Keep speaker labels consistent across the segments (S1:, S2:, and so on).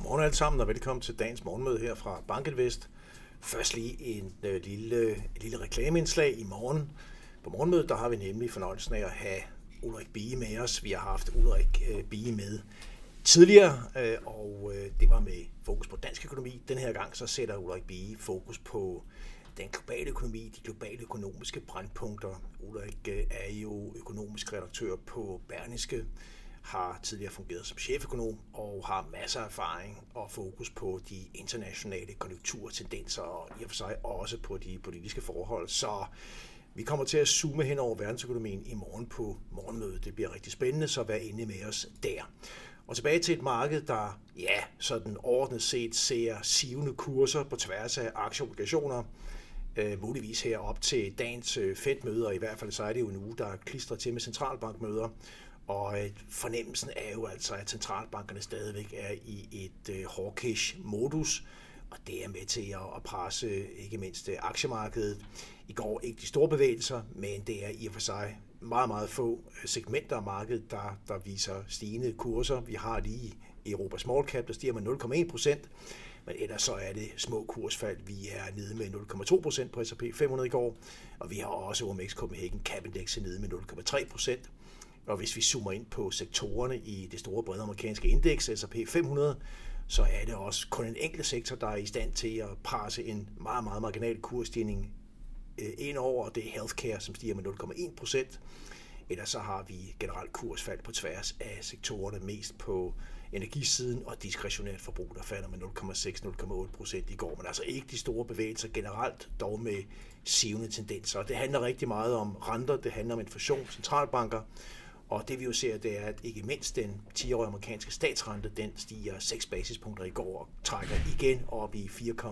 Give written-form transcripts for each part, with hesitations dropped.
S1: Godmorgen alle sammen, og velkommen til dagens morgenmøde her fra BankInvest. Først lige et lille reklameindslag i morgen. På morgenmødet der har vi nemlig fornøjelsen af at have Ulrik Bie med os. Vi har haft Ulrik Bie med tidligere, og det var med fokus på dansk økonomi. Den her gang så sætter Ulrik Bie fokus på den globale økonomi, de globale økonomiske brandpunkter. Ulrik er jo økonomisk redaktør på Berlingske, har tidligere fungeret som cheføkonom og har masser af erfaring og fokus på de internationale konjunkturtendenser og i og for sig også på de politiske forhold. Så vi kommer til at zoome hen over verdensøkonomien i morgen på morgenmødet. Det bliver rigtig spændende, så vær inde med os der. Og tilbage til et marked, der sådan overordnet set ser sivende kurser på tværs af aktieobligationer. Muligvis her op til dagens Fed-møder, i hvert fald så er det jo en uge, der klistrer til med centralbankmøder. Og fornemmelsen er jo altså, at centralbankerne stadigvæk er i et hawkish-modus, og det er med til at presse ikke mindst aktiemarkedet. I går ikke de store bevægelser, men det er i og for sig meget, meget få segmenter af markedet, der viser stigende kurser. Vi har lige Europa Small Cap, der stiger med 0,1%, men ellers så er det små kursfald. Vi er nede med 0,2% på S&P 500 i går, og vi har også OMX Copenhagen Cap Index nede med 0,3%. Og hvis vi zoomer ind på sektorerne i det store brede amerikanske indeks, S&P 500, så er det også kun en enkelt sektor, der er i stand til at presse en meget, meget marginal kursstigning ind over, og det er healthcare, som stiger med 0,1%. Ellers så har vi generelt kursfald på tværs af sektorerne, mest på energisiden og diskretionært forbrug, der falder med 0,6-0,8% i går. Men altså ikke de store bevægelser generelt, dog med sivende tendenser. Det handler rigtig meget om renter, det handler om inflation, centralbanker, og det vi jo ser, det er, at ikke mindst den 10-årige amerikanske statsrente, den stiger 6 basispunkter i går og trækker igen op i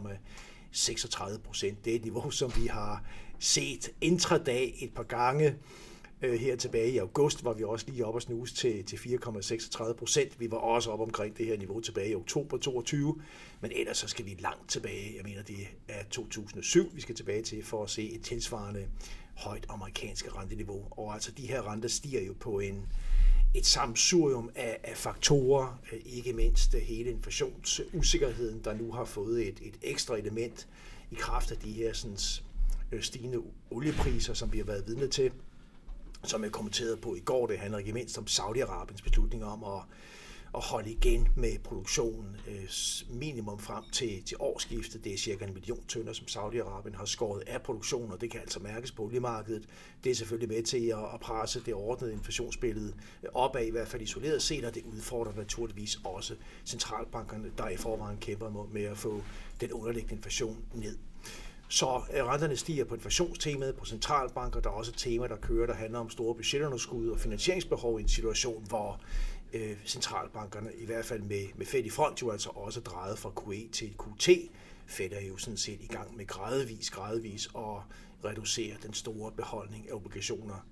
S1: 4,36%. Det er et niveau, som vi har set intradag et par gange. Her tilbage i august var vi også lige oppe og snuse til 4,36%. Vi var også oppe omkring det her niveau tilbage i oktober 2022, men ellers så skal vi langt tilbage. Jeg mener, det er 2007, vi skal tilbage til for at se et tilsvarende højt amerikanske renteniveau. Og altså de her renter stiger jo på et sammensurium af faktorer, ikke mindst hele inflationsusikkerheden, der nu har fået et ekstra element i kraft af de her stigende oliepriser, som vi har været vidne til, som jeg kommenterede på i går. Det handler ikke mindst om Saudi-Arabiens beslutning om at holde igen med produktionen minimum frem til årsskiftet. Det er cirka 1 million tønder, som Saudi-Arabien har skåret af produktionen, og det kan altså mærkes på oliemarkedet. Det er selvfølgelig med til at presse det ordnede inflationsbillede opad, i hvert fald isoleret set, og det udfordrer naturligvis også centralbankerne, der i forvejen kæmper med at få den underliggende inflation ned. Så renterne stiger på inflationstemaet, på centralbanker. Der er også et tema, der kører, der handler om store budgetunderskud og finansieringsbehov i en situation, hvor centralbankerne, i hvert fald med Fed i front, jo altså også drejet fra QE til QT. Fed er jo sådan set i gang med gradvis at reducere den store beholdning af obligationer.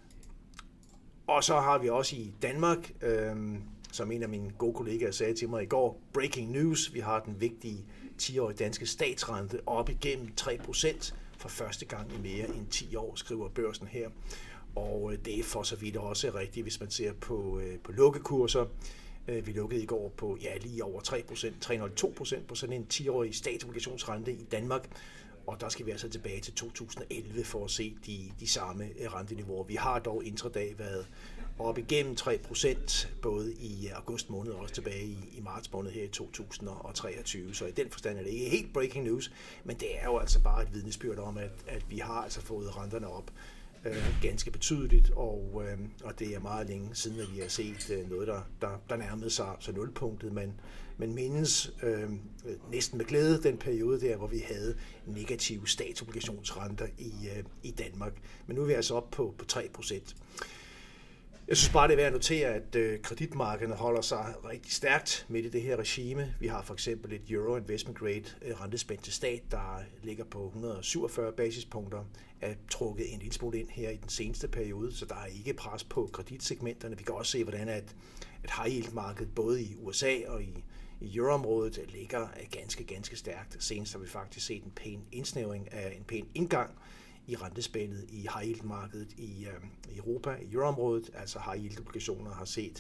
S1: Og så har vi også i Danmark, som en af mine gode kollegaer sagde til mig i går, breaking news. Vi har den vigtige 10-årige danske statsrente op igennem 3% for første gang i mere end 10 år, skriver børsen her. Og det er for så vidt også rigtigt, hvis man ser på lukkekurser. Vi lukkede i går på lige over 3%, 3,02% på sådan en 10-årig statsobligationsrente i Danmark. Og der skal vi altså tilbage til 2011 for at se de samme renteniveauer. Vi har dog intradag været op igennem 3%, både i august måned og også tilbage i marts måned her i 2023. Så i den forstand er det ikke helt breaking news, men det er jo altså bare et vidnesbyrd om, at vi har altså fået renterne op ganske betydeligt, og det er meget længe siden, at vi har set noget, der nærmede sig så nulpunktet, men mindes næsten med glæde den periode der, hvor vi havde negative statsobligationsrenter i Danmark. Men nu er vi altså op på 3%. Jeg synes bare, det er værd at notere, at kreditmarkederne holder sig rigtig stærkt midt i det her regime. Vi har for eksempel et Euro Investment Grade rentespænd til stat, der ligger på 147 basispunkter, er trukket en lille smule ind her i den seneste periode, så der er ikke pres på kreditsegmenterne. Vi kan også se, hvordan at high yield-markedet både i USA og i euroområdet ligger ganske stærkt. Senest har vi faktisk set en pæn indsnævring af en pæn indgang i rentespændet i high yield markedet i Europa, i euroområdet, altså high yield obligationer har set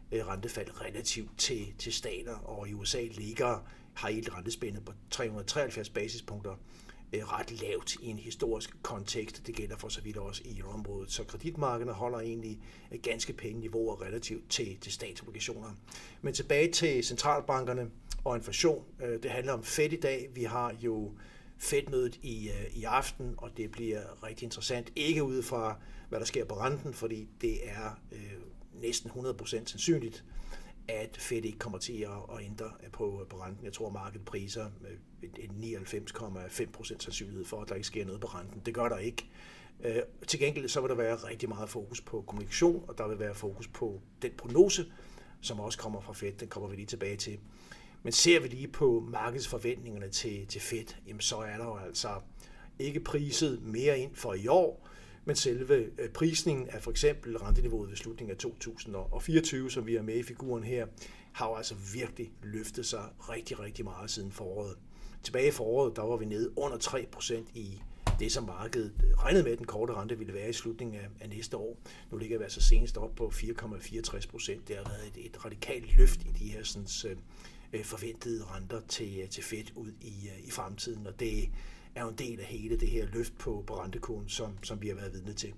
S1: rentefald relativt til stater, og i USA har et rentespændet på 373 basispunkter ret lavt i en historisk kontekst. Det gælder for så vidt også i området. Så kreditmarkederne holder egentlig ganske pæne niveauer relativt til statsobligationer. Men tilbage til centralbankerne og inflation. Det handler om Fed i dag. Vi har jo Fed-mødet i aften, og det bliver rigtig interessant. Ikke ud fra, hvad der sker på renten, fordi det er næsten 100% sandsynligt, at Fed ikke kommer til at ændre på renten. Jeg tror, markedet priser en 99,5% sandsynlighed for, at der ikke sker noget på renten. Det gør der ikke. Til gengæld så vil der være rigtig meget fokus på kommunikation, og der vil være fokus på den prognose, som også kommer fra Fed. Den kommer vi lige tilbage til. Men ser vi lige på markedsforventningerne til Fed, jamen så er der jo altså ikke priset mere ind for i år, men selve prisningen af for eksempel renteniveauet ved slutningen af 2024, som vi er med i figuren her, har jo altså virkelig løftet sig rigtig, rigtig meget siden foråret. Tilbage i foråret, der var vi nede under 3% i det, som markedet regnede med, at den korte rente ville være i slutningen af næste år. Nu ligger vi altså senest op på 4,64%. Det har været et radikalt løft i de her sådan, forventede renter til Fed ud i fremtiden, og det er jo en del af hele det her løft på rentekurven, som vi har været vidne til.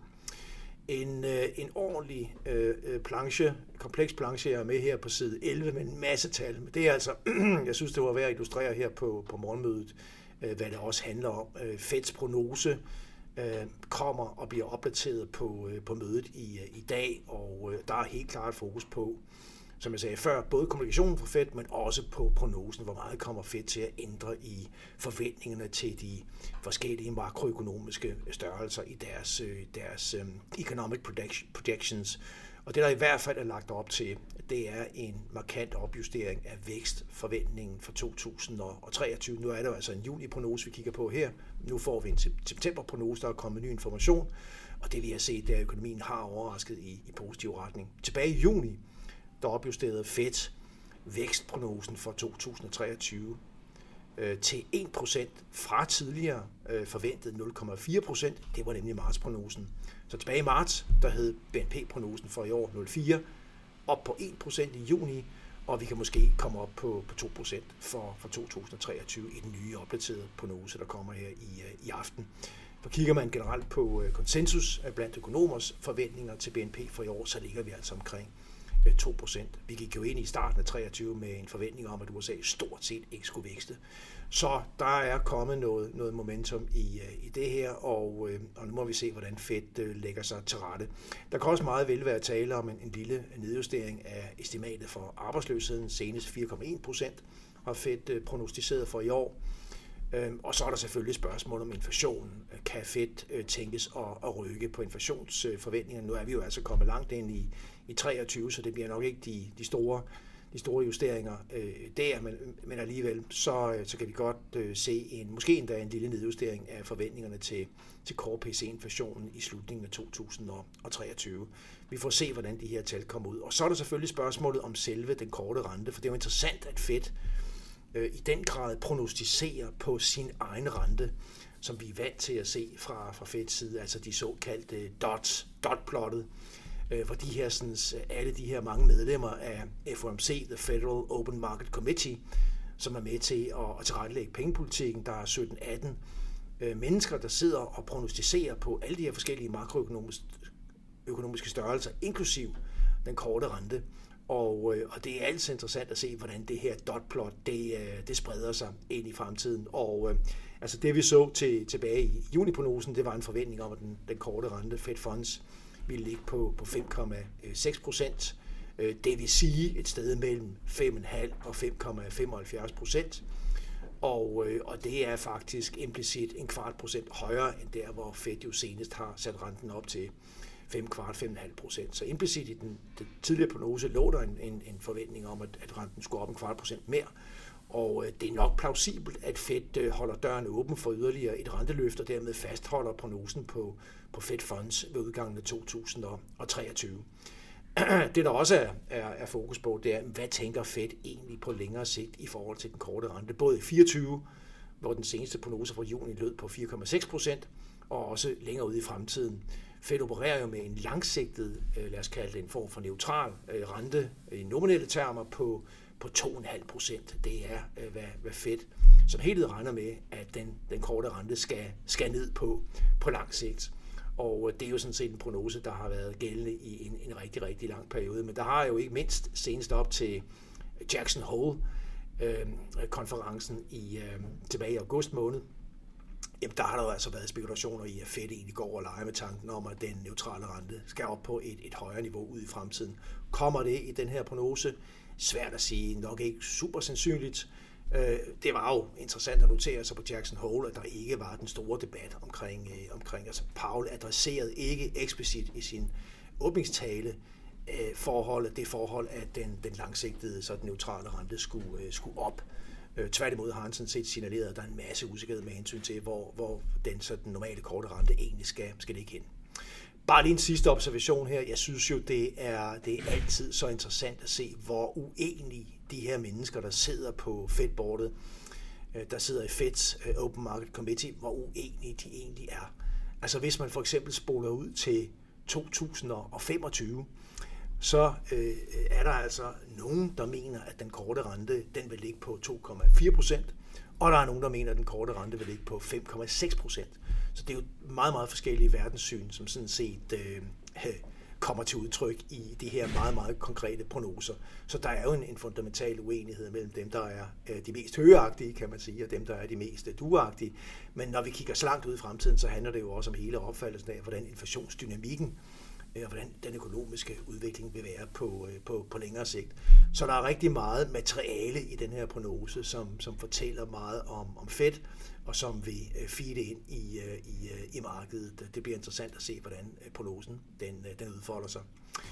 S1: En ordentlig kompleks planche, jeg er med her på side 11 med en masse tal. Det er altså, jeg synes, det var værd at illustrere her på morgenmødet, hvad det også handler om. Feds prognose kommer og bliver opdateret på mødet i dag, og der er helt klart fokus på, som jeg sagde før, både kommunikationen fra Fed, men også på prognosen, hvor meget kommer Fed til at ændre i forventningerne til de forskellige makroøkonomiske størrelser i deres economic projections. Og det, der i hvert fald er lagt op til, det er en markant opjustering af vækstforventningen for 2023. Nu er det jo altså en juni-prognose, vi kigger på her. Nu får vi en september-prognose, der er kommet ny information, og det vi har set, det er, at økonomien har overrasket i positiv retning. Tilbage i juni, der opjusterede Fed vækstprognosen for 2023 til 1% fra tidligere forventet 0,4%. Det var nemlig martsprognosen. Så tilbage i marts, der hed BNP-prognosen for i år 0,4, op på 1% i juni, og vi kan måske komme op på 2% for 2023 i den nye opdaterede prognose, der kommer her i aften. For kigger man generelt på konsensus blandt økonomers forventninger til BNP for i år, så ligger vi altså omkring 2%. Vi gik jo ind i starten af 23 med en forventning om, at USA stort set ikke skulle vækste. Så der er kommet noget momentum i det her, og nu må vi se, hvordan Fed lægger sig til rette. Der kan også meget vel være tale om en lille nedjustering af estimatet for arbejdsløsheden. Senest 4,1% har Fed prognostiseret for i år. Og så er der selvfølgelig spørgsmål om inflationen. Kan Fed tænkes at rykke på inflationsforventningerne? Nu er vi jo altså kommet langt ind i 23, så det bliver nok ikke de store justeringer der, men alligevel så kan vi godt se måske endda en lille nedjustering af forventningerne til core PC-inflationen i slutningen af 2023. Vi får se, hvordan de her tal kommer ud. Og så er der selvfølgelig spørgsmålet om selve den korte rente, for det er jo interessant, at Fed i den grad prognostiserer på sin egen rente, som vi er vant til at se fra Feds side, altså de såkaldte dot-plottet, hvor de her, alle de her mange medlemmer af FOMC, The Federal Open Market Committee, som er med til at tilrettelægge pengepolitikken. Der er 17-18 mennesker, der sidder og prognostiserer på alle de her forskellige makroøkonomiske størrelser, inklusiv den korte rente. Og det er altid interessant at se, hvordan det her dotplot, det spreder sig ind i fremtiden. Og altså det vi så tilbage i juniprognosen, det var en forventning om, at den korte rente, Fed Funds, ville ligge på 5,6%. Det vil sige et sted mellem 5,5 og 5,75%. Og det er faktisk implicit 0,25% højere end der, hvor Fed jo senest har sat renten op til 5,25%. Så implicit i den tidligere prognose lå der en forventning om, at renten skulle op 0,25% mere. Og det er nok plausibelt, at Fed holder døren åben for yderligere et renteløft, og dermed fastholder prognosen på Fed Funds ved udgangen af 2023. Det, der også er fokus på, det er, hvad tænker Fed egentlig på længere sigt i forhold til den korte rente. Både i 24, hvor den seneste prognose fra juni lød på 4,6%, og også længere ude i fremtiden. Fed opererer jo med en langsigtet, lad os kalde det en form for neutral rente i nominelle termer på 2,5%. Det er, hvad Fed som helhed regner med, at den korte rente skal ned på lang sigt. Og det er jo sådan set en prognose, der har været gældende i en rigtig, rigtig lang periode. Men der har jo ikke mindst senest op til Jackson Hole-konferencen tilbage i august måned. Jamen, der har der jo altså været spekulationer i, at Fed egentlig går og leger med tanken om, at den neutrale rente skal op på et højere niveau ud i fremtiden. Kommer det i den her prognose? Svært at sige, nok ikke super sandsynligt. Det var jo interessant at notere sig på Jackson Hole, at der ikke var den store debat omkring altså Powell adresserede ikke eksplicit i sin åbningstale det forhold, at den langsigtede, så den neutrale rente skulle op. Tværtimod har han sådan set signaleret, at der er en masse usikkerhed med hensyn til, hvor den normale korte rente egentlig skal ligge hen. Bare lige en sidste observation her. Jeg synes jo, det er altid så interessant at se, hvor uenige de her mennesker, der sidder på Fed-boardet, der sidder i Feds Open Market Committee, hvor uenige de egentlig er. Altså hvis man for eksempel spoler ud til 2025, så er der altså nogen, der mener, at den korte rente den vil ligge på 2,4%, og der er nogen, der mener, at den korte rente vil ligge på 5,6%. Så det er jo meget, meget forskellige verdenssyn, som sådan set kommer til udtryk i de her meget, meget konkrete prognoser. Så der er jo en fundamental uenighed mellem dem, der er de mest højagtige, kan man sige, og dem, der er de mest duagtige. Men når vi kigger så langt ud i fremtiden, så handler det jo også om hele opfattelsen af, hvordan inflationsdynamikken og hvordan den økonomiske udvikling vil være på længere sigt. Så der er rigtig meget materiale i den her prognose, som fortæller meget om Fed, og som vil feede ind i markedet. Det bliver interessant at se, hvordan prognosen den udfolder sig.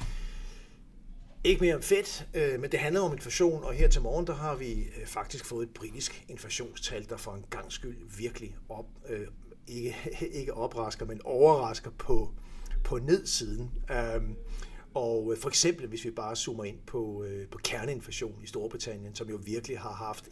S1: Ikke mere om Fed, men det handler om inflation, og her til morgen, der har vi faktisk fået et britisk inflationstal, der for en gang skyld virkelig ikke oprasker, men overrasker på nedsiden. Og for eksempel, hvis vi bare zoomer ind på kerneinflation i Storbritannien, som jo virkelig har haft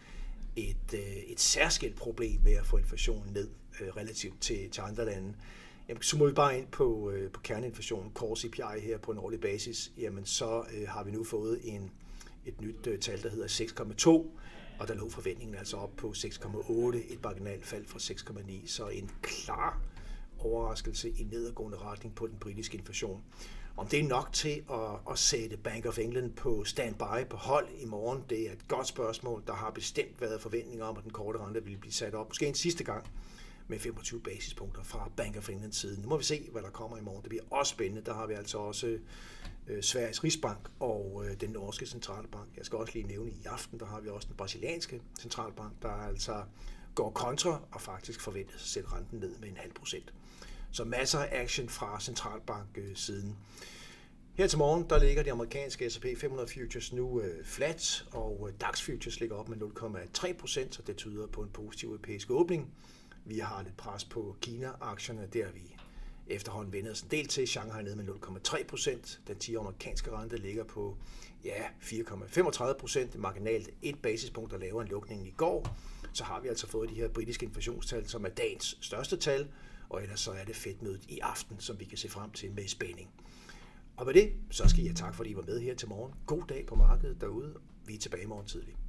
S1: et særskilt problem med at få inflationen ned relativt til andre lande. Jamen, zoomer vi bare ind på kerneinflationen, core CPI her på en årlig basis, jamen så har vi nu fået et nyt tal, der hedder 6,2, og der lå forventningen altså op på 6,8, et marginalt fald fra 6,9, så en klar overraskelse i nedadgående retning på den britiske inflation. Om det er nok til at sætte Bank of England på standby på hold i morgen, det er et godt spørgsmål. Der har bestemt været forventninger om, at den korte rente ville blive sat op, måske en sidste gang, med 25 basispunkter fra Bank of Englands side. Nu må vi se, hvad der kommer i morgen. Det bliver også spændende. Der har vi altså også Sveriges Rigsbank og den norske centralbank. Jeg skal også lige nævne, i aften, der har vi også den brasilianske centralbank, der altså går kontra og faktisk forventes at sætte renten ned med 0,5%. Så masser af action fra centralbank-siden. Her til morgen, der ligger de amerikanske S&P 500 futures nu flat, og DAX futures ligger op med 0,3%, så det tyder på en positiv europæisk åbning. Vi har lidt pres på Kina-aktierne, der vi efterhånden vendt os en del til. Shanghai nede med 0,3%. Den 10 amerikanske rente ligger på 4,35%, marginalt 1 basispunkt og lavere end lukningen i går. Så har vi altså fået de her britiske inflationstal, som er dagens største tal, og ellers så er det Fed-mødet i aften, som vi kan se frem til med spænding. Og med det, så skal jeg tak, fordi I var med her til morgen. God dag på markedet derude. Vi er tilbage i morgen tidlig.